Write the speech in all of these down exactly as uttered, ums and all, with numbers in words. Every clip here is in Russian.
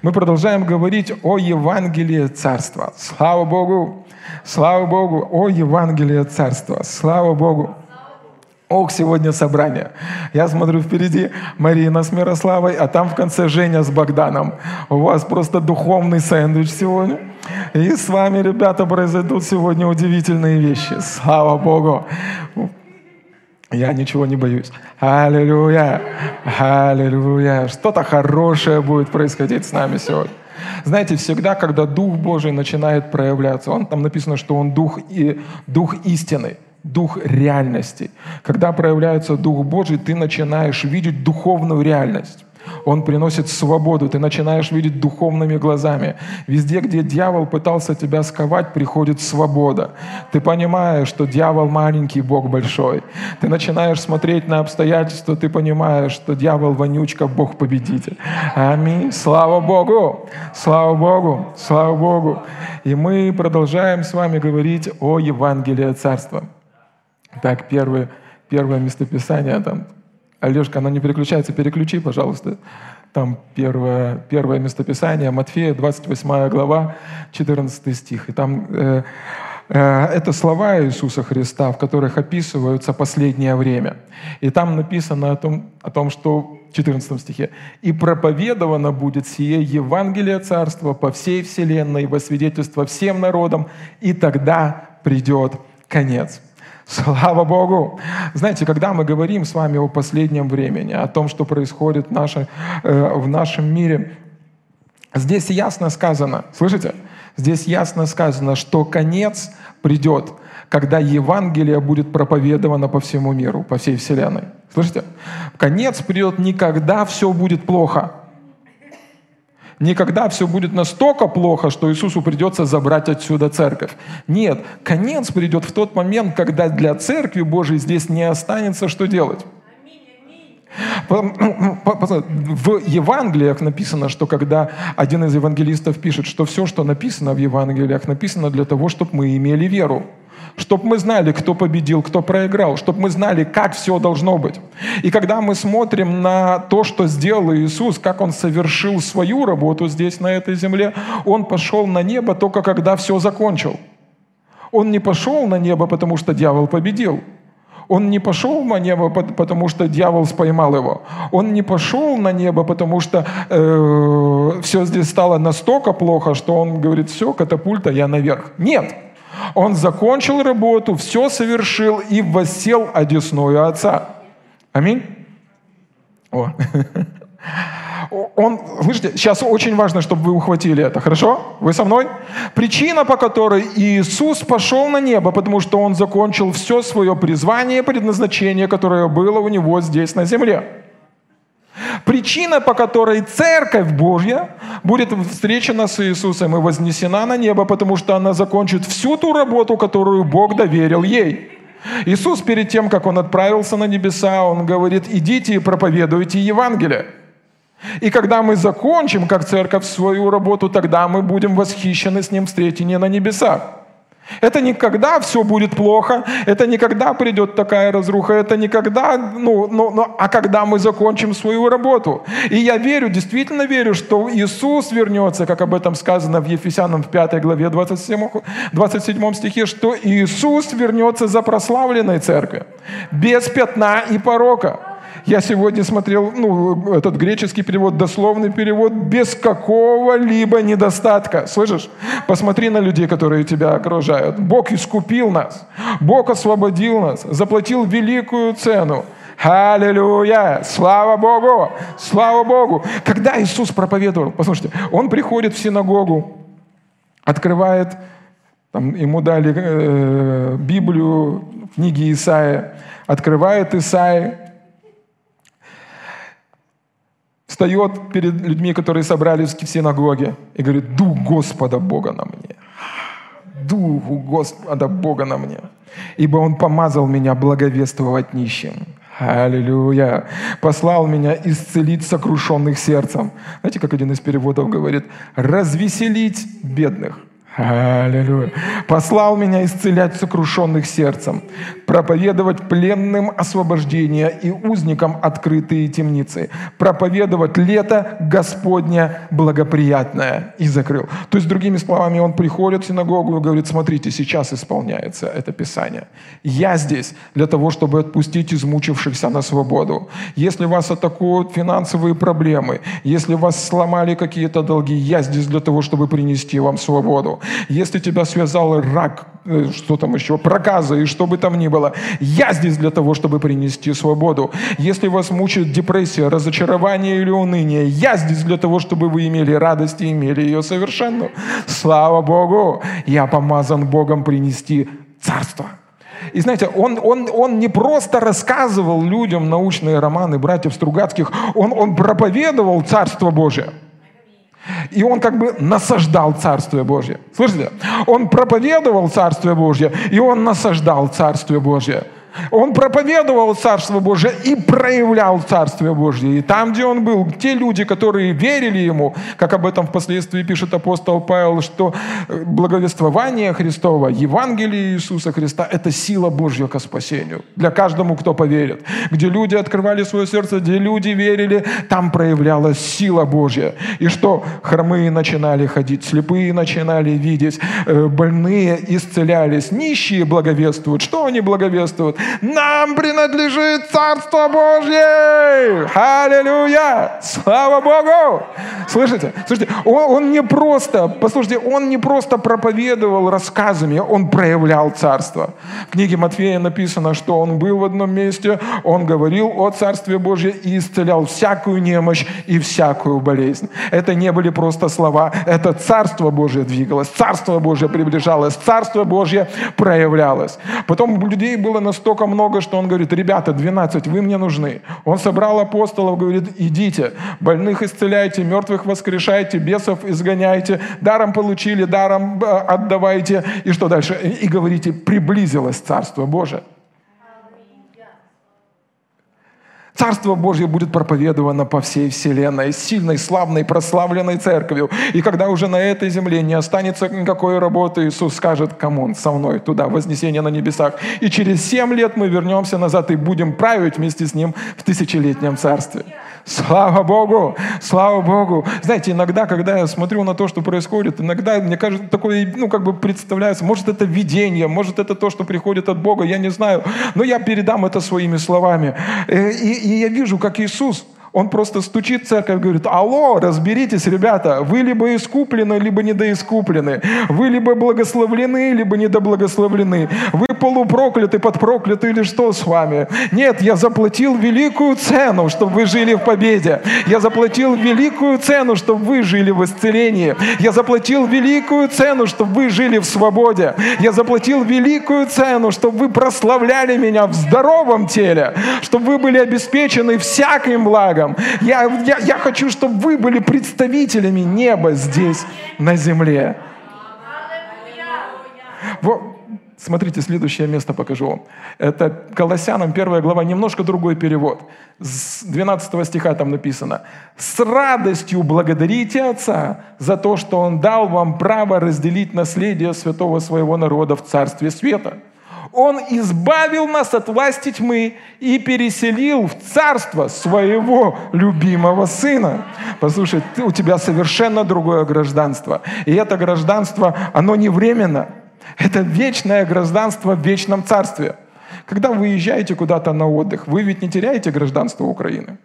Мы продолжаем говорить о Евангелии Царства. Слава Богу! Слава Богу! О Евангелии Царства. Слава Богу! Ох, сегодня собрание. Я смотрю впереди Марина с Мирославой, а там в конце Женя с Богданом. У вас просто духовный сэндвич сегодня. И с вами, ребята, произойдут сегодня удивительные вещи. Слава Богу! Я ничего не боюсь. Аллилуйя! Аллилуйя! Что-то хорошее будет происходить с нами сегодня. Знаете, всегда, когда Дух Божий начинает проявляться, он, там написано, что Он Дух, и, Дух истины, Дух реальности. Когда проявляется Дух Божий, ты начинаешь видеть духовную реальность. Он приносит свободу, ты начинаешь видеть духовными глазами. Везде, где дьявол пытался тебя сковать, приходит свобода. Ты понимаешь, что дьявол маленький, Бог большой. Ты начинаешь смотреть на обстоятельства, ты понимаешь, что дьявол вонючка, Бог победитель. Аминь. Слава Богу! Слава Богу! Слава Богу! И мы продолжаем с вами говорить о Евангелии Царства. Так, первое, первое местописание там. Алешка, она не переключается, переключи, пожалуйста. Там первое, первое местописание, Матфея, двадцать восьмая глава, четырнадцатый стих. И там э, э, это слова Иисуса Христа, в которых описываются последнее время. И там написано о том, о том, что в четырнадцатом стихе «И проповедовано будет сие Евангелие Царства по всей вселенной во свидетельство всем народам, и тогда придет конец». Слава Богу! Знаете, когда мы говорим с вами о последнем времени, о том, что происходит в, наше, э, в нашем мире, здесь ясно сказано, слышите? Здесь ясно сказано, что конец придет, когда Евангелие будет проповедовано по всему миру, по всей вселенной. Слышите? Конец придет не когда все будет плохо, никогда все будет настолько плохо, что Иисусу придется забрать отсюда церковь. Нет, конец придет в тот момент, когда для Церкви Божией здесь не останется что делать. В Евангелиях написано, что когда один из евангелистов пишет, что все, что написано в Евангелиях, написано для того, чтобы мы имели веру. Чтобы мы знали, кто победил, кто проиграл, чтобы мы знали, как все должно быть. И когда мы смотрим на то, что сделал Иисус, как Он совершил свою работу здесь, на этой земле, Он пошел на небо только когда все закончил. Он не пошел на небо, потому что дьявол победил. Он не пошел на небо, потому что дьявол споймал его. Он не пошел на небо, потому что э, все здесь стало настолько плохо, что Он говорит: все, катапульта, я наверх. Нет. Он закончил работу, все совершил и воссел одесную Отца. Аминь. О. Он, слышите, сейчас очень важно, чтобы вы ухватили это, хорошо? Вы со мной? Причина, по которой Иисус пошел на небо, потому что Он закончил все свое призвание и предназначение, которое было у Него здесь на земле. Причина, по которой Церковь Божья будет встречена с Иисусом и вознесена на небо, потому что она закончит всю ту работу, которую Бог доверил ей. Иисус перед тем, как Он отправился на небеса, Он говорит: идите и проповедуйте Евангелие. И когда мы закончим, как Церковь, свою работу, тогда мы будем восхищены с Ним встретения на небесах. Это не когда все будет плохо, это не когда придет такая разруха, это не когда, ну, ну, ну, а когда мы закончим свою работу. И я верю, действительно верю, что Иисус вернется, как об этом сказано в Ефесянам в пятой главе двадцать седьмом стихе, что Иисус вернется за прославленной церковью, без пятна и порока. Я сегодня смотрел, ну, этот греческий перевод, дословный перевод, без какого-либо недостатка. Слышишь? Посмотри на людей, которые тебя окружают. Бог искупил нас. Бог освободил нас. Заплатил великую цену. Аллилуйя! Слава Богу! Слава Богу! Когда Иисус проповедовал, послушайте, Он приходит в синагогу, открывает, там, ему дали э, Библию, книги Исаия, открывает Исаия, встает перед людьми, которые собрались в синагоге, и говорит: «Дух Господа Бога на мне, Духу Господа Бога на мне, ибо Он помазал меня благовествовать нищим». Аллилуйя! «Послал меня исцелить сокрушенных сердцем». Знаете, как один из переводов говорит? «Развеселить бедных». Аллилуйя! «Послал меня исцелять сокрушенных сердцем, проповедовать пленным освобождение и узникам открытые темницы, проповедовать лето Господня благоприятное». И закрыл. То есть, другими словами, он приходит в синагогу и говорит: смотрите, сейчас исполняется это Писание. Я здесь для того, чтобы отпустить измучившихся на свободу. Если вас атакуют финансовые проблемы, если вас сломали какие-то долги, я здесь для того, чтобы принести вам свободу. Если тебя связал рак, что там еще, проказа и что бы там ни было, я здесь для того, чтобы принести свободу. Если вас мучает депрессия, разочарование или уныние, я здесь для того, чтобы вы имели радость и имели ее совершенную. Слава Богу, я помазан Богом принести царство. И знаете, он, он, он не просто рассказывал людям научные романы братьев Стругацких, он, он проповедовал Царство Божие. И он как бы насаждал Царствие Божие. Слышите? Он проповедовал Царствие Божие, и он насаждал Царствие Божие. Он проповедовал Царство Божие и проявлял Царствие Божие. И там, где он был, те люди, которые верили ему, как об этом впоследствии пишет апостол Павел, что благовествование Христово, Евангелие Иисуса Христа — это сила Божья ко спасению. Для каждому, кто поверит. Где люди открывали свое сердце, где люди верили, там проявлялась сила Божья. И что? Хромые начинали ходить, слепые начинали видеть, больные исцелялись, нищие благовествуют. Что они благовествуют? Нам принадлежит Царство Божье! Аллилуйя! Слава Богу! Слышите? Слышите? Он, он не просто, послушайте, он не просто проповедовал рассказами, он проявлял Царство. В книге Матфея написано, что он был в одном месте, он говорил о Царстве Божьем и исцелял всякую немощь и всякую болезнь. Это не были просто слова, это Царство Божье двигалось, Царство Божье приближалось, Царство Божье проявлялось. Потом у людей было настолько много, что он говорит: ребята, двенадцать, вы мне нужны. Он собрал апостолов, говорит: идите, больных исцеляйте, мертвых воскрешайте, бесов изгоняйте, даром получили, даром отдавайте. И что дальше? И говорите: приблизилось Царство Божие. Царство Божье будет проповедовано по всей вселенной, сильной, славной, прославленной церковью. И когда уже на этой земле не останется никакой работы, Иисус скажет: камон, со мной туда, вознесение на небесах. И через семь лет мы вернемся назад и будем править вместе с Ним в тысячелетнем царстве. Слава Богу! Слава Богу! Знаете, иногда, когда я смотрю на то, что происходит, иногда, мне кажется, такое, ну, как бы представляется, может, это видение, может, это то, что приходит от Бога, я не знаю, но я передам это своими словами. И, и я вижу, как Иисус, Он просто стучит в церковь и говорит: алло, разберитесь, ребята, вы либо искуплены, либо недоискуплены. Вы либо благословлены, либо недоблагословлены. Вы полупрокляты, подпрокляты или что с вами? Нет, я заплатил великую цену, чтобы вы жили в победе. Я заплатил великую цену, чтобы вы жили в исцелении. Я заплатил великую цену, чтобы вы жили в свободе. Я заплатил великую цену, чтобы вы прославляли меня в здоровом теле, чтобы вы были обеспечены всяким благом. Я, я, я хочу, чтобы вы были представителями неба здесь, на земле. Вот, смотрите, следующее место покажу вам. Это Колоссянам первая глава, немножко другой перевод. С двенадцатого стиха там написано: «С радостью благодарите Отца за то, что Он дал вам право разделить наследие святого своего народа в Царстве Света. Он избавил нас от власти тьмы и переселил в царство своего любимого Сына». Послушай, ты, у тебя совершенно другое гражданство. И это гражданство, оно не временно. Это вечное гражданство в вечном царстве. Когда вы уезжаете куда-то на отдых, вы ведь не теряете гражданство Украины?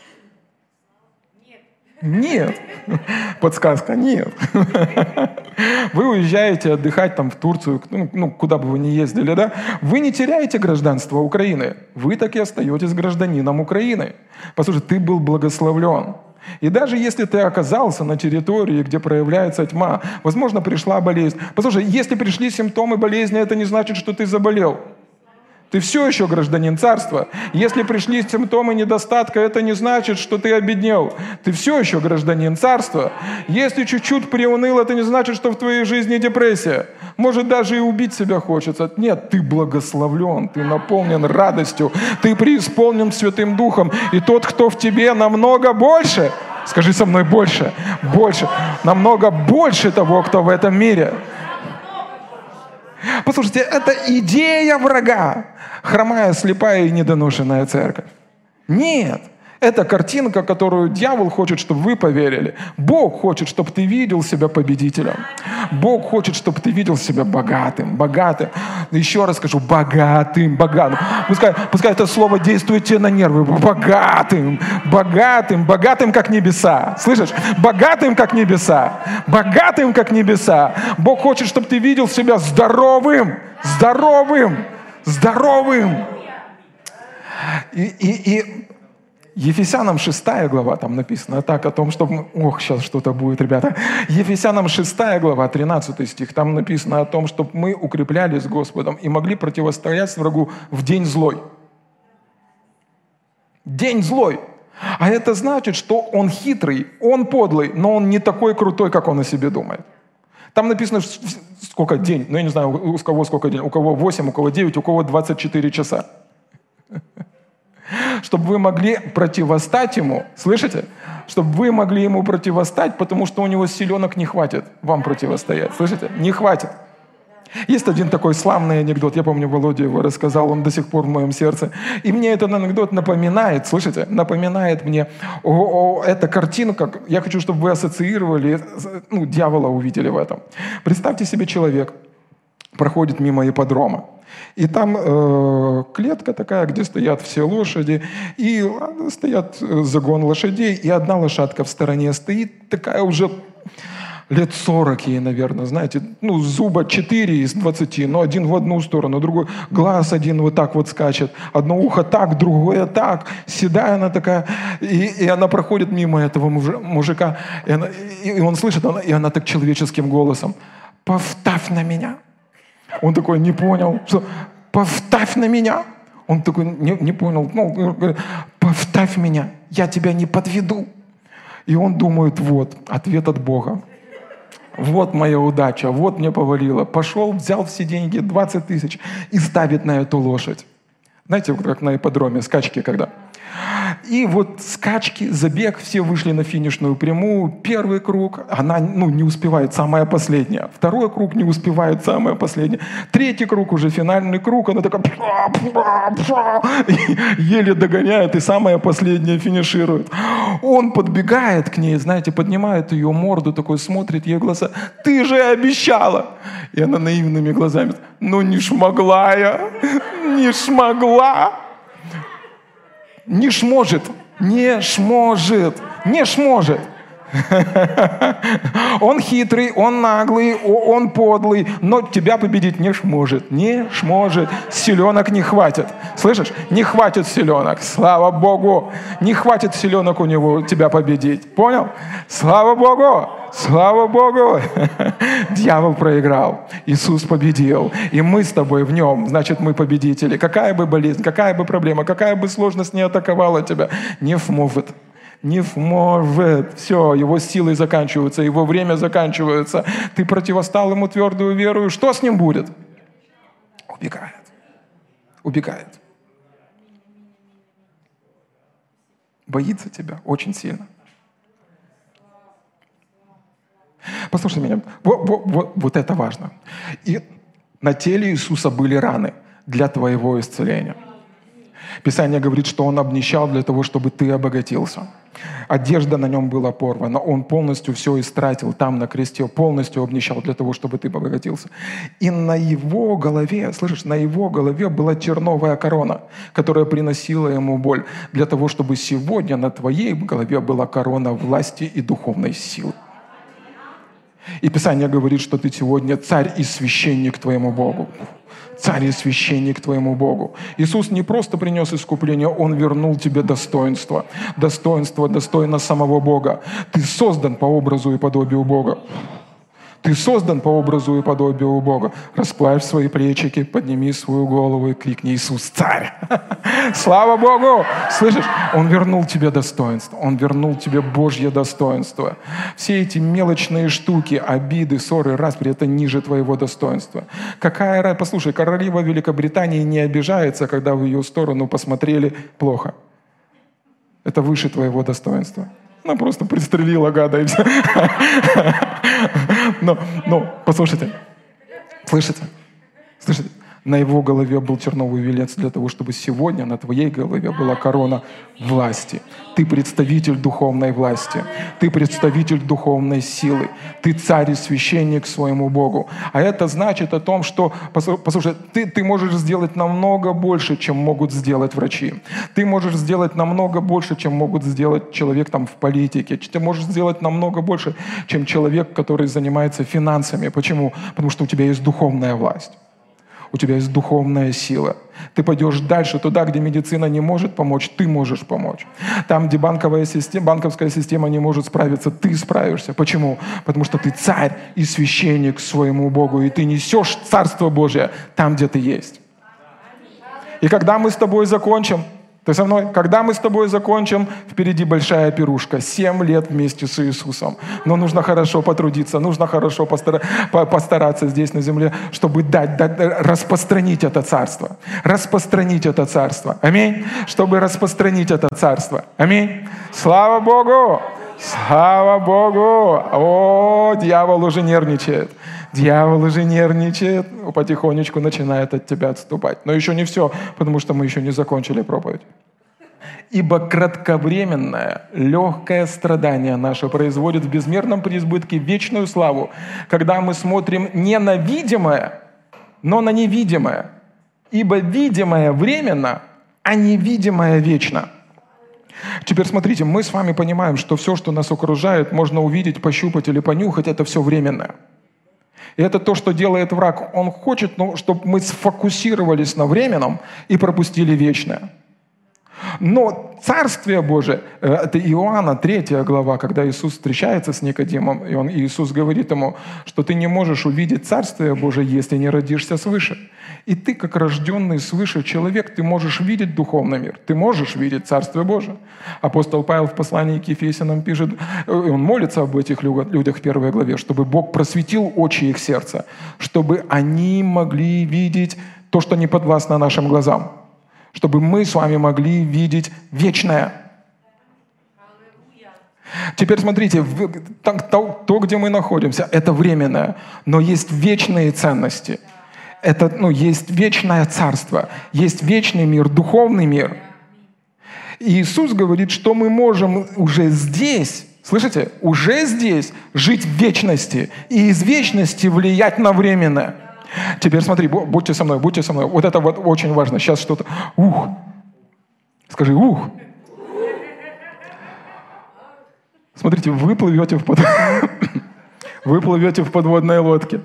Нет. Подсказка: нет. Вы уезжаете отдыхать там в Турцию, ну, ну, куда бы вы ни ездили, да? Вы не теряете гражданство Украины. Вы так и остаетесь гражданином Украины. Послушай, ты был благословлен. И даже если ты оказался на территории, где проявляется тьма, возможно, пришла болезнь. Послушай, если пришли симптомы болезни, это не значит, что ты заболел. Ты все еще гражданин царства. Если пришли симптомы недостатка, это не значит, что ты обеднел. Ты все еще гражданин царства. Если чуть-чуть приуныл, это не значит, что в твоей жизни депрессия. Может, даже и убить себя хочется. Нет, ты благословлен, ты наполнен радостью, ты преисполнен Святым Духом. И тот, кто в тебе, намного больше. Скажи со мной: больше, больше. Намного больше того, кто в этом мире. Послушайте, это идея врага. Хромая, слепая и недоношенная церковь. Нет. Это картинка, которую дьявол хочет, чтобы вы поверили. Бог хочет, чтобы ты видел себя победителем. Бог хочет, чтобы ты видел себя богатым, богатым. Еще раз скажу, богатым, богатым. Пускай, пускай это слово действует тебе на нервы. Богатым, богатым, богатым, как небеса. Слышишь? Богатым, как небеса. Богатым, как небеса. Бог хочет, чтобы ты видел себя здоровым, здоровым, здоровым. И... и, и Ефесянам шестая глава, там написано так о том, что... Ох, сейчас что-то будет, ребята. Ефесянам шестая глава, тринадцатый стих, там написано о том, чтобы мы укреплялись Господом и могли противостоять врагу в день злой. День злой. А это значит, что он хитрый, он подлый, но он не такой крутой, как он о себе думает. Там написано, сколько день, ну я не знаю, у кого сколько день, у кого восемь, у кого девять, у кого двадцать четыре часа. Чтобы вы могли противостать ему, слышите? Чтобы вы могли ему противостать, потому что у него силенок не хватит вам противостоять, слышите? Не хватит. Есть один такой славный анекдот, я помню, Володя его рассказал, он до сих пор в моем сердце. И мне этот анекдот напоминает, слышите, напоминает мне о, о, эта картинка, я хочу, чтобы вы ассоциировали, ну, дьявола увидели в этом. Представьте себе, человек проходит мимо ипподрома. И там э, клетка такая, где стоят все лошади, и стоят загон лошадей, и одна лошадка в стороне стоит, такая уже лет сорок ей, наверное, знаете, ну, зуба четыре из двадцати, но один в одну сторону, другой, глаз один вот так вот скачет, одно ухо так, другое так, седая она такая, и, и она проходит мимо этого мужика, и, она, и он слышит, она, и она так человеческим голосом: «Повставь на меня». Он такой не понял, что «повставь на меня». Он такой не, не понял, ну, «повставь меня, я тебя не подведу». И он думает, вот, ответ от Бога. Вот моя удача, вот мне повалило. Пошел, взял все деньги, двадцать тысяч, и ставит на эту лошадь. Знаете, вот как на ипподроме, скачки когда. И вот скачки, забег, все вышли на финишную прямую. Первый круг, она ну, не успевает, самая последняя. Второй круг не успевает, самая последняя. Третий круг, уже финальный круг, она такая еле догоняет и самая последняя финиширует. Он подбегает к ней, знаете, поднимает ее морду, такой смотрит ей в глаза: «Ты же обещала!» И она наивными глазами: «Ну не шмогла я, не шмогла». Не шможет, не шможет, не шможет. Он хитрый, он наглый, он подлый, но тебя победить не шможет, не шможет. Силенок не хватит. Слышишь? Не хватит силенок. Слава Богу. Не хватит силенок у него тебя победить. Понял? Слава Богу. Слава Богу! Дьявол проиграл, Иисус победил, и мы с тобой в нем, значит, мы победители. Какая бы болезнь, какая бы проблема, какая бы сложность не атаковала тебя, не вможет, не вможет. Все, его силы заканчиваются, его время заканчивается. Ты противостал ему твердую веру, что с ним будет? Убегает. Убегает. Боится тебя очень сильно. Послушай меня, вот, вот, вот, вот это важно. И на теле Иисуса были раны для твоего исцеления. Писание говорит, что Он обнищал для того, чтобы ты обогатился. Одежда на нем была порвана. Он полностью все истратил там на кресте, полностью обнищал для того, чтобы ты обогатился. И на Его голове, слышишь, на Его голове была терновая корона, которая приносила Ему боль, для того, чтобы сегодня на твоей голове была корона власти и духовной силы. И Писание говорит, что ты сегодня царь и священник твоему Богу. Царь и священник твоему Богу. Иисус не просто принес искупление, Он вернул тебе достоинство. Достоинство достойно самого Бога. Ты создан по образу и подобию Бога. Ты создан по образу и подобию Бога. Расплавь свои плечики, подними свою голову и крикни: «Иисус, царь!» Слава Богу! Слышишь? Он вернул тебе достоинство. Он вернул тебе Божье достоинство. Все эти мелочные штуки, обиды, ссоры, распри — это ниже твоего достоинства. Какая... Послушай, королева Великобритании не обижается, когда в ее сторону посмотрели плохо. Это выше твоего достоинства. Она просто пристрелила гада и все. Но, но, послушайте, слышите? Слышите? На его голове был терновый венец для того, чтобы сегодня на твоей голове была корона власти. Ты представитель духовной власти. Ты представитель духовной силы. Ты царь и священник своему Богу. А это значит о том, что, послушай, ты, ты можешь сделать намного больше, чем могут сделать врачи. Ты можешь сделать намного больше, чем могут сделать человек там, в политике. Ты можешь сделать намного больше, чем человек, который занимается финансами. Почему? Потому что у тебя есть духовная власть. У тебя есть духовная сила. Ты пойдешь дальше, туда, где медицина не может помочь, ты можешь помочь. Там, где банковая система, банковская система не может справиться, ты справишься. Почему? Потому что ты царь и священник своему Богу, и ты несешь Царство Божие там, где ты есть. И когда мы с тобой закончим, ты со мной? Когда мы с тобой закончим, впереди большая пирушка. Семь лет вместе с Иисусом. Но нужно хорошо потрудиться, нужно хорошо постара- постараться здесь на земле, чтобы дать, дать, распространить это царство. Распространить это царство. Аминь. Чтобы распространить это царство. Аминь. Слава Богу! Слава Богу! О, дьявол уже нервничает. Дьявол уже нервничает, потихонечку начинает от тебя отступать. Но еще не все, потому что мы еще не закончили проповедь. «Ибо кратковременное, легкое страдание наше производит в безмерном преизбытке вечную славу, когда мы смотрим не на видимое, но на невидимое. Ибо видимое временно, а невидимое вечно». Теперь смотрите, мы с вами понимаем, что все, что нас окружает, можно увидеть, пощупать или понюхать, это все временное. И это то, что делает враг. Он хочет, ну, чтобы мы сфокусировались на временном и пропустили вечное. Но Царствие Божие, это Иоанна третья глава, когда Иисус встречается с Никодимом, и он, Иисус говорит ему, что ты не можешь увидеть Царствие Божие, если не родишься свыше. И ты, как рожденный свыше человек, ты можешь видеть духовный мир, ты можешь видеть Царствие Божие. Апостол Павел в послании к Ефесянам пишет, он молится об этих людях в первой главе, чтобы Бог просветил очи их сердца, чтобы они могли видеть то, что не подвластно нашим глазам. Чтобы мы с вами могли видеть вечное. Теперь смотрите, то, то, где мы находимся, это временное, но есть вечные ценности. Это, ну, есть вечное царство, есть вечный мир, духовный мир. И Иисус говорит, что мы можем уже здесь, слышите, уже здесь жить в вечности и из вечности влиять на временное. Теперь смотри, будьте со мной, будьте со мной. Вот это вот очень важно. Сейчас что-то... Ух! Скажи, ух! Смотрите, вы плывете в, под... вы плывете в подводной лодке.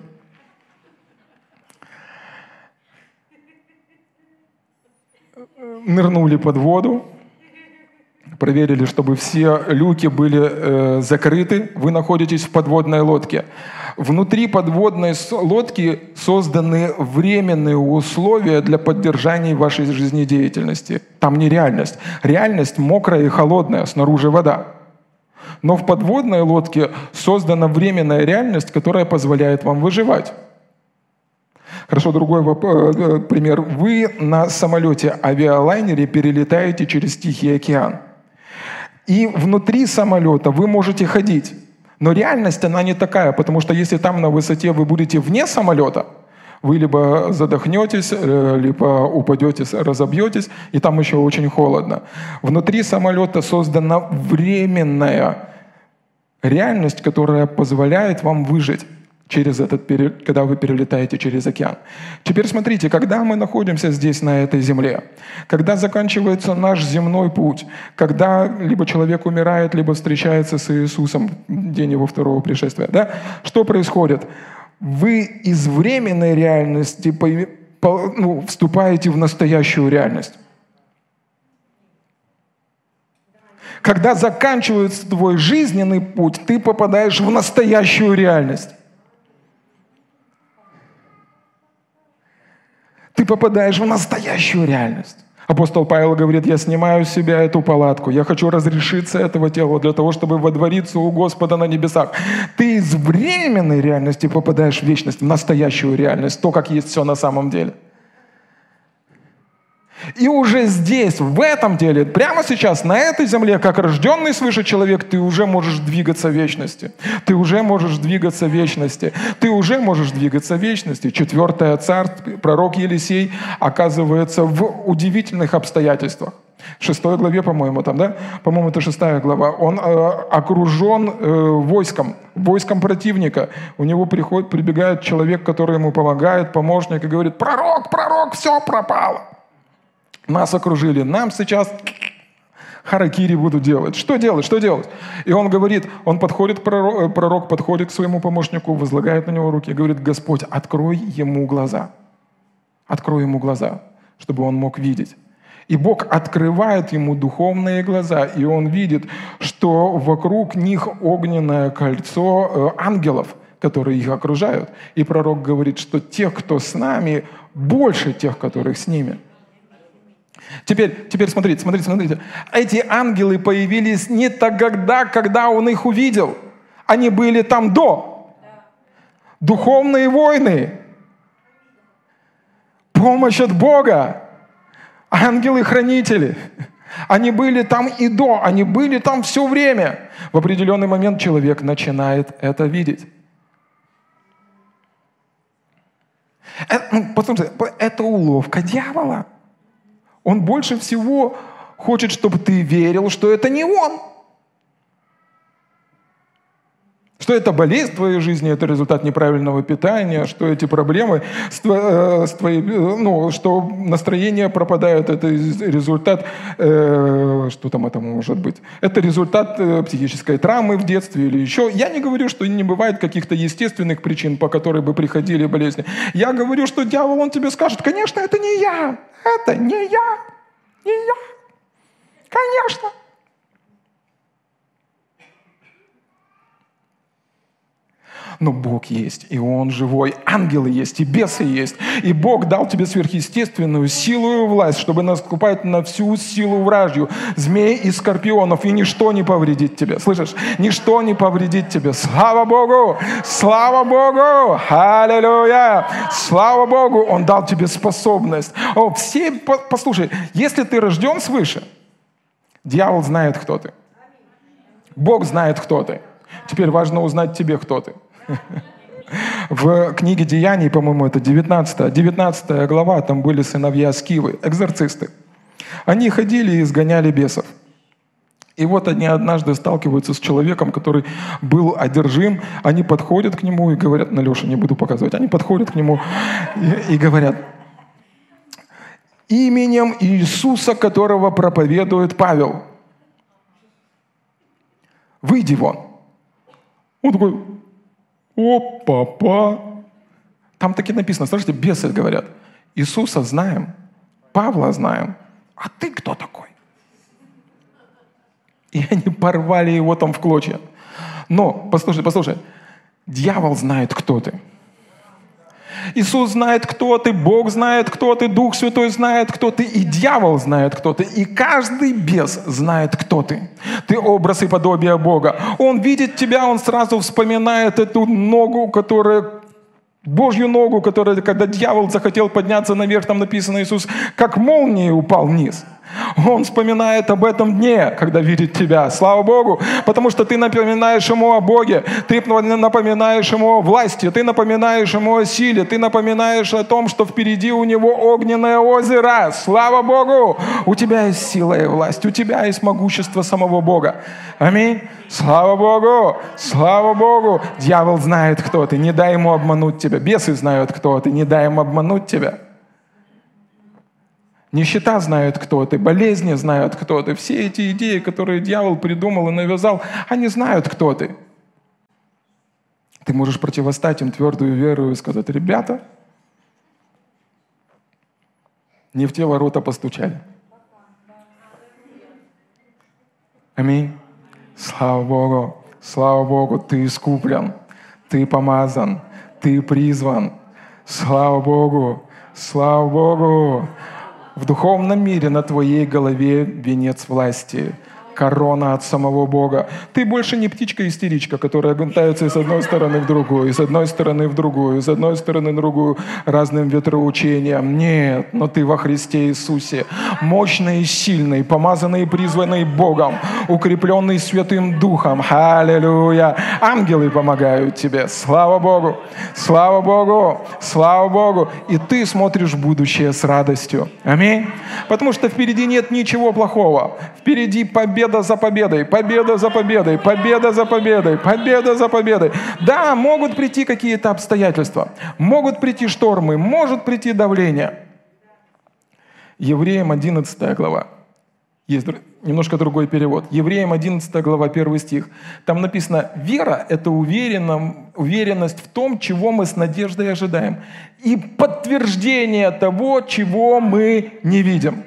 Нырнули под воду, проверили, чтобы все люки были э, закрыты. Вы находитесь в подводной лодке. Внутри подводной лодки созданы временные условия для поддержания вашей жизнедеятельности. Там не реальность. Реальность мокрая и холодная, снаружи вода. Но в подводной лодке создана временная реальность, которая позволяет вам выживать. Хорошо, другой пример. Вы на самолете, авиалайнере перелетаете через Тихий океан. И внутри самолета вы можете ходить. Но реальность, она не такая, потому что если там на высоте вы будете вне самолета, вы либо задохнетесь, либо упадете, разобьетесь, и там еще очень холодно. Внутри самолета создана временная реальность, которая позволяет вам выжить через этот период, когда вы перелетаете через океан. Теперь смотрите, когда мы находимся здесь, на этой земле, когда заканчивается наш земной путь, когда либо человек умирает, либо встречается с Иисусом в день его второго пришествия, да? Что происходит? Вы из временной реальности ну, вступаете в настоящую реальность. Когда заканчивается твой жизненный путь, ты попадаешь в настоящую реальность. Ты попадаешь в настоящую реальность. Апостол Павел говорит, я снимаю с себя эту палатку, я хочу разрешиться этого тела для того, чтобы водвориться у Господа на небесах. Ты из временной реальности попадаешь в вечность, в настоящую реальность, то, как есть все на самом деле. И уже здесь, в этом деле, прямо сейчас, на этой земле, как рожденный свыше человек, ты уже можешь двигаться в вечности. Ты уже можешь двигаться в вечности. Ты уже можешь двигаться в вечности. Четвертое царство, пророк Елисей оказывается в удивительных обстоятельствах. В шестой главе, по-моему, там, да? По-моему, это шестая глава. Он э, окружен э, войском, войском противника. У него приходит, прибегает человек, который ему помогает, помощник, и говорит: пророк, пророк, все пропало. Нас окружили, нам сейчас харакири будут делать. Что делать, что делать? И он говорит, он подходит, пророк, пророк подходит к своему помощнику, возлагает на него руки и говорит: Господь, открой ему глаза. Открой ему глаза, чтобы он мог видеть. И Бог открывает ему духовные глаза, и он видит, что вокруг них огненное кольцо ангелов, которые их окружают. И пророк говорит, что тех, кто с нами, больше тех, которых с ними. Теперь, теперь смотрите, смотрите, смотрите. Эти ангелы появились не тогда, когда он их увидел. Они были там до. Духовные войны. Помощь от Бога. Ангелы-хранители. Они были там и до, они были там все время. В определенный момент человек начинает это видеть. Это, послушайте, это уловка дьявола. Он больше всего хочет, чтобы ты верил, что это не он. Что это болезнь в твоей жизни, это результат неправильного питания, что эти проблемы с твоей, ну, что настроение пропадает, это результат, э, что там это может быть? Это результат э, психической травмы в детстве или еще. Я не говорю, что не бывает каких-то естественных причин, по которым бы приходили болезни. Я говорю, что дьявол, он тебе скажет: конечно, это не я, это не я, не я, конечно. Но Бог есть, и Он живой, ангелы есть, и бесы есть. И Бог дал тебе сверхъестественную силу и власть, чтобы наступать на всю силу вражью, змей и скорпионов, и ничто не повредит тебе. Слышишь? Ничто не повредит тебе. Слава Богу! Слава Богу! Аллилуйя! Слава Богу! Он дал тебе способность. О, все, послушай, если ты рожден свыше, дьявол знает, кто ты. Бог знает, кто ты. Теперь важно узнать тебе, кто ты. В книге Деяний, по-моему, это девятнадцатая, девятнадцатая глава, там были сыновья Скивы, экзорцисты. Они ходили и изгоняли бесов. И вот они однажды сталкиваются с человеком, который был одержим. Они подходят к нему и говорят: на Леша, не буду показывать. Они подходят к нему и, и говорят: именем Иисуса, которого проповедует Павел, выйди вон. Он такой: о, папа. Там таки написано, слышите, бесы говорят: Иисуса знаем, Павла знаем, а ты кто такой? И они порвали его там в клочья. Но, послушай, послушай, дьявол знает, кто ты. Иисус знает, кто ты, Бог знает, кто ты, Дух Святой знает, кто ты, и дьявол знает, кто ты, и каждый бес знает, кто ты. Ты образ и подобие Бога. Он видит тебя, он сразу вспоминает эту ногу, которая... Божью ногу, которая, когда дьявол захотел подняться наверх, там написано, Иисус как молнией упал вниз. Он вспоминает об этом дне, когда видит тебя. Слава Богу, потому что ты напоминаешь Ему о Боге, ты напоминаешь Ему о власти, ты напоминаешь Ему о силе, ты напоминаешь о том, что впереди у Него огненное озеро. Слава Богу, у тебя есть сила и власть, у тебя есть могущество самого Бога. Аминь. Слава Богу, слава Богу. Дьявол знает, кто ты, не дай ему обмануть тебя. Бесы знают, кто ты, не дай им обмануть тебя. Нищета знает, кто ты, болезни знают, кто ты. Все эти идеи, которые дьявол придумал и навязал, они знают, кто ты. Ты можешь противостать им твердую веру и сказать: ребята, не в те ворота постучали. Аминь. Слава Богу, слава Богу, ты искуплен, ты помазан, ты призван. Слава Богу, слава Богу. В духовном мире на твоей голове венец власти. корона от самого Бога. Ты больше не птичка-истеричка, которая гнтается из одной стороны в другую, из одной стороны в другую, из одной стороны в другую разным ветроучением. Нет, но ты во Христе Иисусе, мощный и сильный, помазанный и призванный Богом, укрепленный Святым Духом. Аллилуйя! Ангелы помогают тебе. Слава Богу! Слава Богу! Слава Богу! И ты смотришь в будущее с радостью. Аминь. Потому что впереди нет ничего плохого. Впереди победа за победой, победа за победой, победа за победой, победа за победой. Да, могут прийти какие-то обстоятельства, могут прийти штормы, может прийти давление. Евреям одиннадцатая глава. Есть немножко другой перевод. Евреям одиннадцатая глава, первый стих. Там написано: «Вера – это уверенность в том, чего мы с надеждой ожидаем, и подтверждение того, чего мы не видим».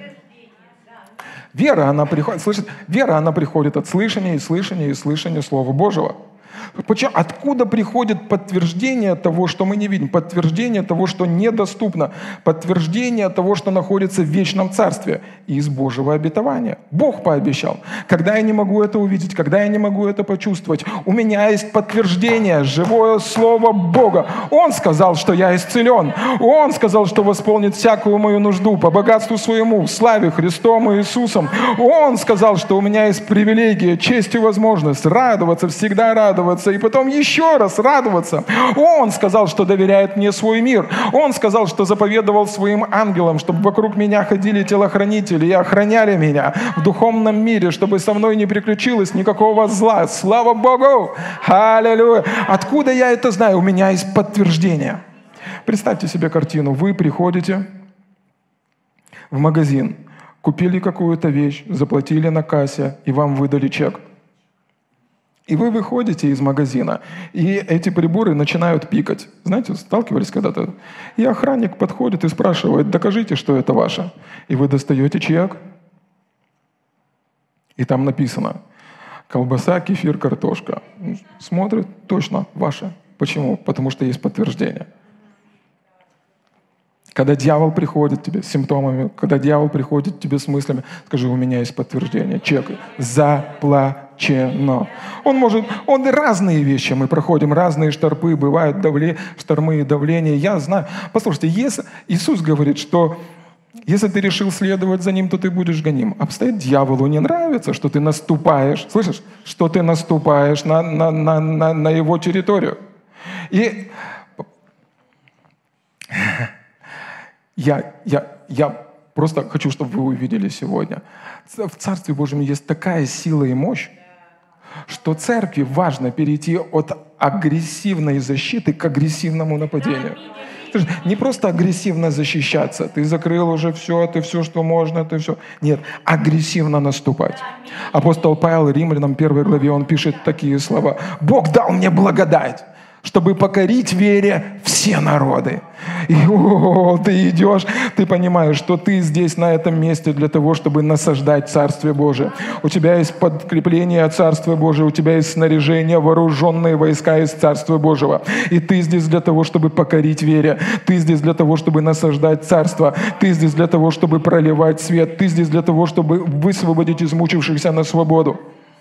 Вера, она приходит, слышит, вера, она приходит от слышания и слышания и слышания Слова Божьего. Почему? Откуда приходит подтверждение того, что мы не видим? Подтверждение того, что недоступно. Подтверждение того, что находится в вечном царстве. Из Божьего обетования. Бог пообещал. Когда я не могу это увидеть, когда я не могу это почувствовать, у меня есть подтверждение, живое Слово Бога. Он сказал, что я исцелен. Он сказал, что восполнит всякую мою нужду по богатству своему, в славе Христом и Иисусом. Он сказал, что у меня есть привилегия, честь и возможность радоваться, всегда радоваться, и потом еще раз радоваться. Он сказал, что доверяет мне свой мир. Он сказал, что заповедовал своим ангелам, чтобы вокруг меня ходили телохранители и охраняли меня в духовном мире, чтобы со мной не приключилось никакого зла. Слава Богу! Аллилуйя! Откуда я это знаю? У меня есть подтверждение. Представьте себе картину. Вы приходите в магазин, купили какую-то вещь, заплатили на кассе, и вам выдали чек. И вы выходите из магазина, и эти приборы начинают пикать. Знаете, сталкивались когда-то? И охранник подходит и спрашивает: докажите, что это ваше. И вы достаете чек, и там написано: колбаса, кефир, картошка. Смотрит: точно, ваше. Почему? Потому что есть подтверждение. Когда дьявол приходит к тебе с симптомами, когда дьявол приходит к тебе с мыслями, скажи: у меня есть подтверждение, чек заплачено. Он может, он разные вещи, мы проходим разные штормы, бывают давле, штормы и давления, я знаю. Послушайте, если Иисус говорит, что если ты решил следовать за Ним, то ты будешь гоним. Обстоит дьяволу не нравится, что ты наступаешь, слышишь, что ты наступаешь на, на, на, на, на Его территорию. И Я, я, я просто хочу, чтобы вы увидели сегодня. В Царстве Божьем есть такая сила и мощь, что церкви важно перейти от агрессивной защиты к агрессивному нападению. Не просто агрессивно защищаться. Ты закрыл уже все, ты все, что можно, ты все. Нет, агрессивно наступать. Апостол Павел Римлянам первой главе, он пишет такие слова: «Бог дал мне благодать, чтобы покорить вере все народы». И о, ты идешь, ты понимаешь, что ты здесь, на этом месте, для того, чтобы насаждать Царствие Божие. У тебя есть подкрепление от Царствия Божия, у тебя есть снаряжение, вооруженные войска из Царства Божьего. И ты здесь для того, чтобы покорить вере. Ты здесь для того, чтобы насаждать Царство. Ты здесь для того, чтобы проливать свет. Ты здесь для того, чтобы высвободить измучившихся на свободу.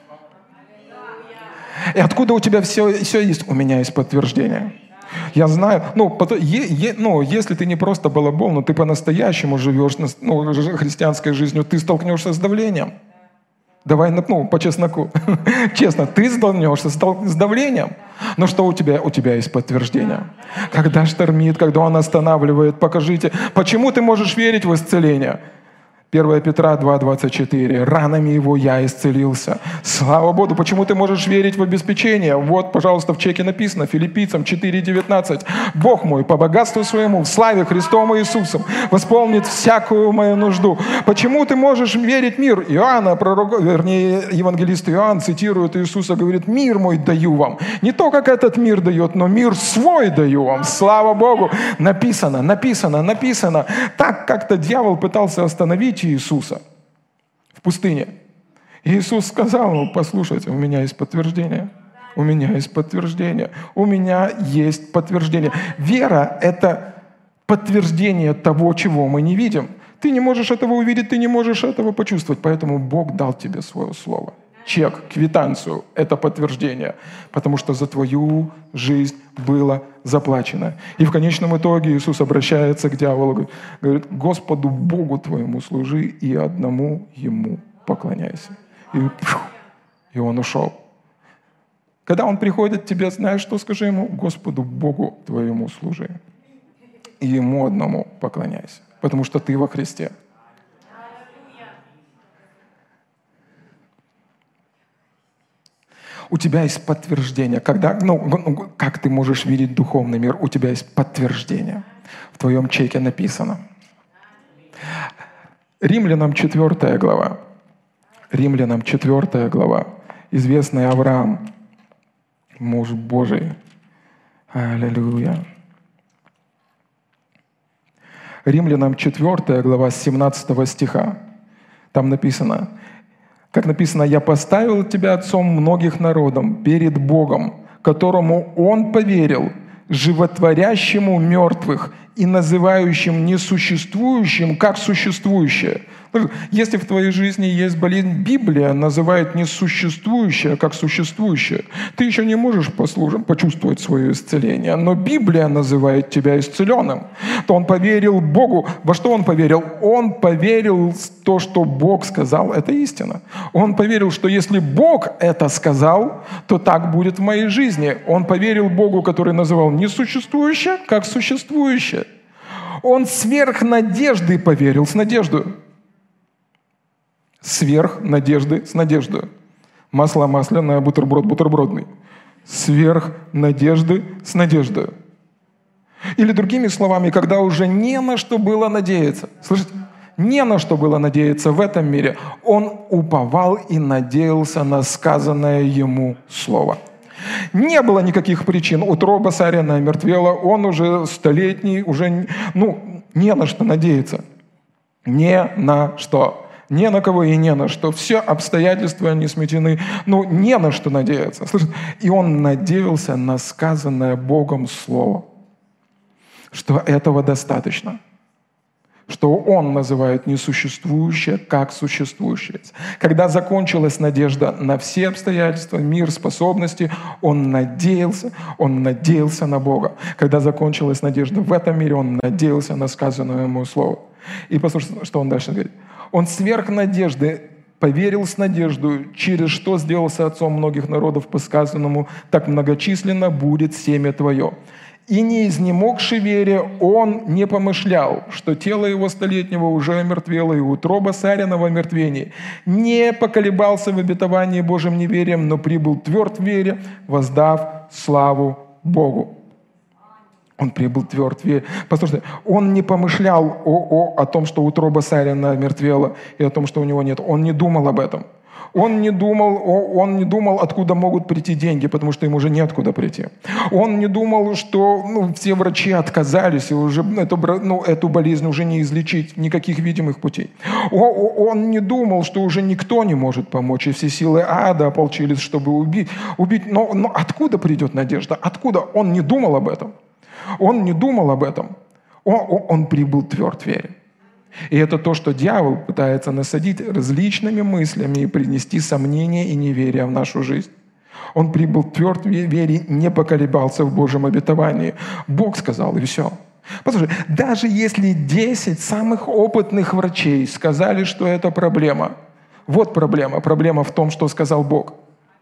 И откуда у тебя все, все есть? У меня есть подтверждение. Я знаю, ну, потом, е, е, ну, если ты не просто балабол, но ты по-настоящему живешь ну, христианской жизнью, ты столкнешься с давлением. Давай, ну, по чесноку. Честно, ты столкнешься с давлением. Но что у тебя? У тебя есть подтверждение. Когда штормит, когда он останавливает, покажите. Почему ты можешь верить в исцеление? первое Петра два двадцать четыре. «Ранами его я исцелился». Слава Богу! Почему ты можешь верить в обеспечение? Вот, пожалуйста, в чеке написано, Филиппийцам четыре девятнадцать. «Бог мой по богатству своему, в славе Христом и Иисусом, восполнит всякую мою нужду». Почему ты можешь верить в мир? Иоанна, пророк, вернее, евангелист Иоанн цитирует Иисуса, говорит: «Мир мой даю вам». Не то, как этот мир дает, но мир свой даю вам. Слава Богу! Написано, написано, написано. Так как-то дьявол пытался остановить Иисуса в пустыне. Иисус сказал ему: послушайте, у меня есть подтверждение. У меня есть подтверждение. У меня есть подтверждение. Вера – это подтверждение того, чего мы не видим. Ты не можешь этого увидеть, ты не можешь этого почувствовать. Поэтому Бог дал тебе свое слово. Чек, квитанцию — это подтверждение. Потому что за твою жизнь было заплачено. И в конечном итоге Иисус обращается к дьяволу, говорит: Господу Богу твоему служи и одному Ему поклоняйся. И, и он ушел. Когда он приходит к тебе, знаешь, что скажи ему? Господу Богу твоему служи. И Ему одному поклоняйся. Потому что ты во Христе. У тебя есть подтверждение. Когда, ну, как ты можешь видеть духовный мир? У тебя есть подтверждение. В твоем чеке написано. Римлянам четвертая глава. Римлянам четвертая глава. Известный Авраам, муж Божий. Аллилуйя. Римлянам четвертая глава с семнадцатого стиха. Там написано, как написано: «Я поставил тебя отцом многих народов перед Богом, которому Он поверил, животворящему мертвых и называющим несуществующим как существующее». Если в твоей жизни есть болезнь, Библия называет несуществующее как существующее. Ты еще не можешь послушать, почувствовать свое исцеление, но Библия называет тебя исцеленным. То он поверил Богу. Во что он поверил? Он поверил в то, что Бог сказал, это истина. Он поверил, что если Бог это сказал, то так будет в моей жизни. Он поверил Богу, который называл несуществующее как существующее. Он сверх надежды поверил, с надеждой. Сверх надежды с надеждой. Масло масляное, бутерброд бутербродный. Сверх надежды с надеждой. Или другими словами, когда уже не на что было надеяться. Слышите? Не на что было надеяться в этом мире. Он уповал и надеялся на сказанное ему слово. Не было никаких причин. Утроба Сарина омертвела, он уже столетний, уже ну, не на что надеяться. Не на что. Не на кого и не на что. Все обстоятельства не сметены. Ну, не на что надеяться. Слышите? И он надеялся на сказанное Богом слово. Что этого достаточно. Что он называет несуществующее как существующее. Когда закончилась надежда на все обстоятельства, мир, способности, он надеялся, он надеялся на Бога. Когда закончилась надежда в этом мире, он надеялся на сказанное ему слово. И послушайте, что он дальше говорит. Он сверх надежды поверил с надеждой, через что сделался отцом многих народов по сказанному: так многочисленно будет семя твое. И не изнемогши вере, он не помышлял, что тело его столетнего уже омертвело, и утроба Сарина в омертвении. Не поколебался в обетовании Божьим неверием, но прибыл тверд в вере, воздав славу Богу. Он прибыл тверд в вере. Послушайте, он не помышлял о, о, о том, что утроба Сарина омертвела, и о том, что у него нет. Он не думал об этом. Он не думал, он не думал, откуда могут прийти деньги, потому что им уже неоткуда прийти. Он не думал, что ну, все врачи отказались, и уже эту, ну, эту болезнь уже не излечить, никаких видимых путей. Он не думал, что уже никто не может помочь, и все силы ада ополчились, чтобы убить. убить. Но, но откуда придет надежда? Откуда? Он не думал об этом. Он не думал об этом. Он, он, он прибыл тверд в вере. И это то, что дьявол пытается насадить различными мыслями и принести сомнения и неверие в нашу жизнь. Он прибыл тверд в вере, не поколебался в Божьем обетовании. Бог сказал, и все. Послушай, даже если десять самых опытных врачей сказали, что это проблема, вот проблема. Проблема в том, что сказал Бог.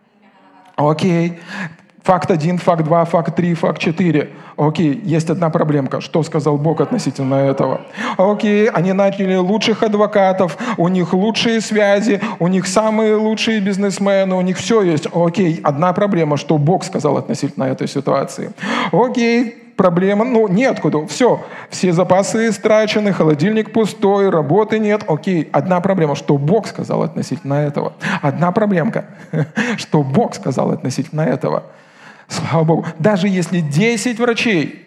Окей. Факт один, факт два, факт три, факт четыре. Окей, есть одна проблемка. Что сказал Бог относительно этого? Окей, они наняли лучших адвокатов, у них лучшие связи, у них самые лучшие бизнесмены, у них все есть. Окей, одна проблема, что Бог сказал относительно этой ситуации. Окей, проблема, ну, неоткуда, все. Все запасы истрачены, холодильник пустой, работы нет. Окей, одна проблема, что Бог сказал относительно этого. Одна проблемка, что Бог сказал относительно этого. Слава Богу. Даже если десять врачей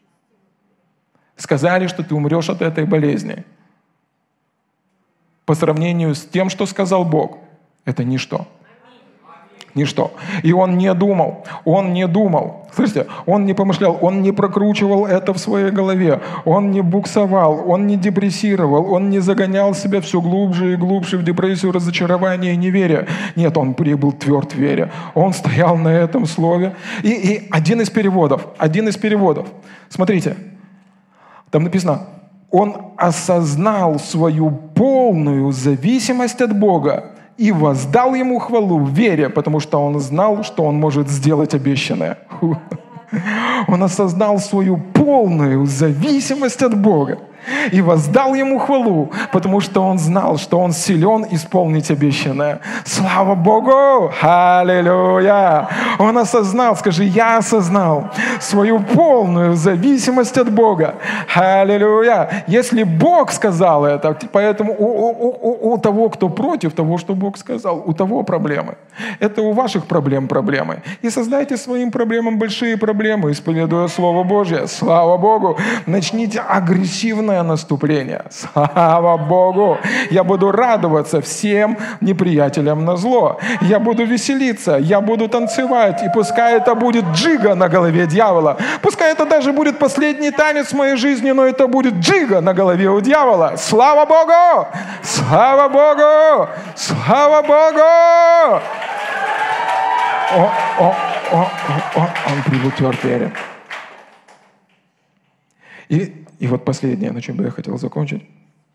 сказали, что ты умрешь от этой болезни, по сравнению с тем, что сказал Бог, это ничто. Ничто. И он не думал, он не думал, слышите, он не помышлял, он не прокручивал это в своей голове, он не буксовал, он не депрессировал, он не загонял себя все глубже и глубже в депрессию, разочарование и неверие. Нет, он был тверд в вере, он стоял на этом слове. И, и один из переводов, один из переводов, смотрите, там написано, он осознал свою полную зависимость от Бога и воздал ему хвалу в вере, потому что он знал, что он может сделать обещанное. Он осознал свою полную зависимость от Бога и воздал ему хвалу, потому что он знал, что он силен исполнить обещанное. Слава Богу! Аллилуйя! Он осознал, скажи, я осознал свою полную зависимость от Бога. Аллилуйя! Если Бог сказал это, поэтому у, у, у, у того, кто против того, что Бог сказал, у того проблемы. Это у ваших проблем проблемы. И создайте своим проблемам большие проблемы, исповедуя Слово Божье. Слава Богу! Начните агрессивно наступление. Слава Богу! Я буду радоваться всем неприятелям на зло. Я буду веселиться, я буду танцевать. И пускай это будет джига на голове дьявола. Пускай это даже будет последний танец в моей жизни, но это будет джига на голове у дьявола. Слава Богу! Слава Богу! Слава Богу! О, о, о, о, о, он прибыл тверд в вере. И И вот последнее, на чем бы я хотел закончить.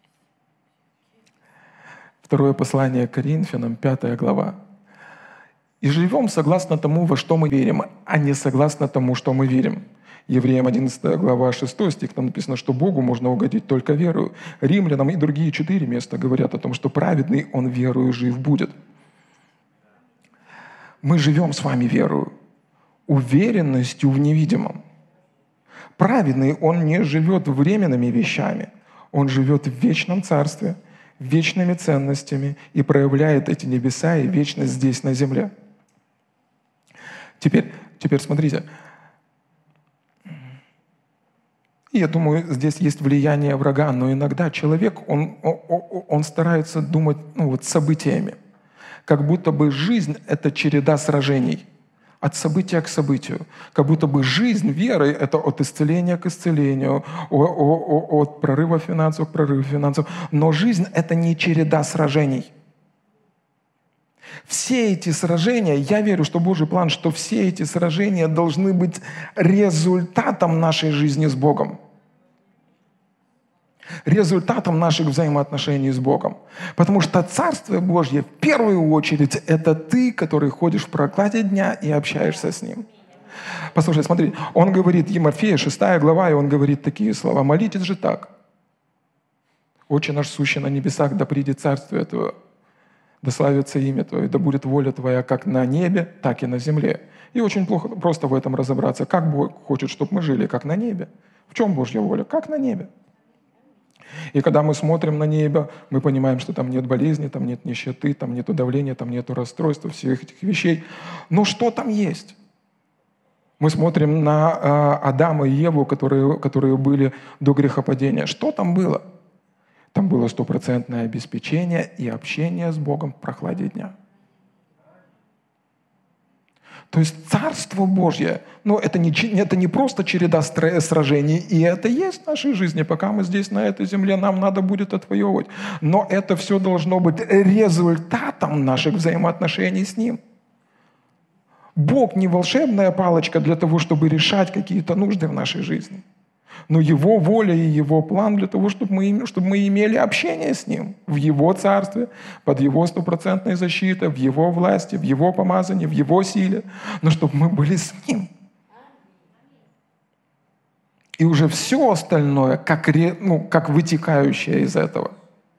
Второе послание к Коринфянам, пятая глава. «И живем согласно тому, во что мы верим, а не согласно тому, что мы верим». Евреям одиннадцатая глава, шестой стих, там написано, что Богу можно угодить только верою. Римлянам и другие четыре места говорят о том, что праведный он верою жив будет. Мы живем с вами верою, уверенностью в невидимом. Праведный, он не живет временными вещами, он живет в вечном царстве, вечными ценностями и проявляет эти небеса и вечность здесь, на земле. Теперь, теперь смотрите. И я думаю, здесь есть влияние врага, но иногда человек, он, он, он старается думать ну, вот, событиями, как будто бы жизнь — это череда сражений. От события к событию. Как будто бы жизнь веры — это от исцеления к исцелению, от прорыва финансов к прорыву финансов. Но жизнь — это не череда сражений. Все эти сражения, я верю, что Божий план, что все эти сражения должны быть результатом нашей жизни с Богом. Результатом наших взаимоотношений с Богом. Потому что Царствие Божье в первую очередь это ты, который ходишь в прокладе дня и общаешься с Ним. Послушай, смотри, он говорит, Емофея, шестая глава, и он говорит такие слова. «Молитесь же так. Отче наш, сущий на небесах, да придет Царствие Твое, да славится имя Твое, да будет воля Твоя как на небе, так и на земле». И очень плохо просто в этом разобраться. Как Бог хочет, чтобы мы жили, как на небе? В чем Божья воля? Как на небе. И когда мы смотрим на небо, мы понимаем, что там нет болезни, там нет нищеты, там нет давления, там нет расстройства, всех этих вещей. Но что там есть? Мы смотрим на э, Адама и Еву, которые, которые были до грехопадения. Что там было? Там было стопроцентное обеспечение и общение с Богом в прохладе дня. То есть Царство Божье, ну, это не, это не просто череда сражений, и это есть в нашей жизни. Пока мы здесь, на этой земле, нам надо будет отвоевывать. Но это все должно быть результатом наших взаимоотношений с Ним. Бог не волшебная палочка для того, чтобы решать какие-то нужды в нашей жизни. Но Его воля и Его план для того, чтобы мы, чтобы мы имели общение с Ним в Его Царстве, под Его стопроцентной защитой, в Его власти, в Его помазании, в Его силе, но чтобы мы были с Ним. И уже все остальное, как, ну, как вытекающее из этого.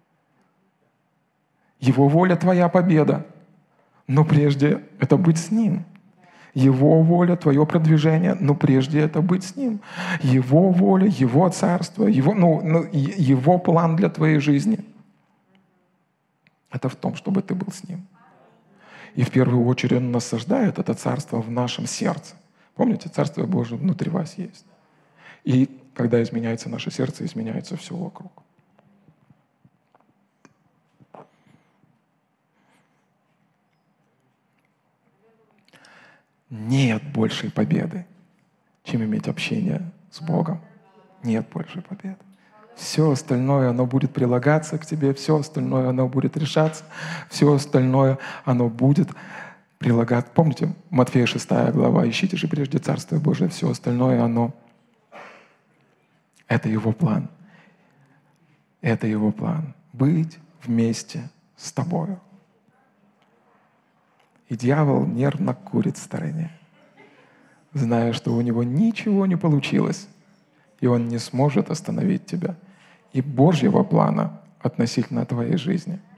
Его воля — твоя победа, но прежде это быть с Ним. Его воля, твое продвижение, но прежде это быть с Ним. Его воля, Его царство, Его, ну, ну, Его план для твоей жизни — это в том, чтобы ты был с Ним. И в первую очередь Он насаждает это царство в нашем сердце. Помните, Царство Божие внутри вас есть. И когда изменяется наше сердце, изменяется все вокруг. Нет большей победы, чем иметь общение с Богом. Нет большей победы. Все остальное, оно будет прилагаться к тебе, все остальное, оно будет решаться, все остальное, оно будет прилагаться. Помните, Матфея шестая глава, ищите же прежде Царствие Божие, все остальное, оно, это Его план. Это Его план. Быть вместе с тобою. И дьявол нервно курит в стороне, зная, что у него ничего не получилось, и он не сможет остановить тебя. И Божьего плана относительно твоей жизни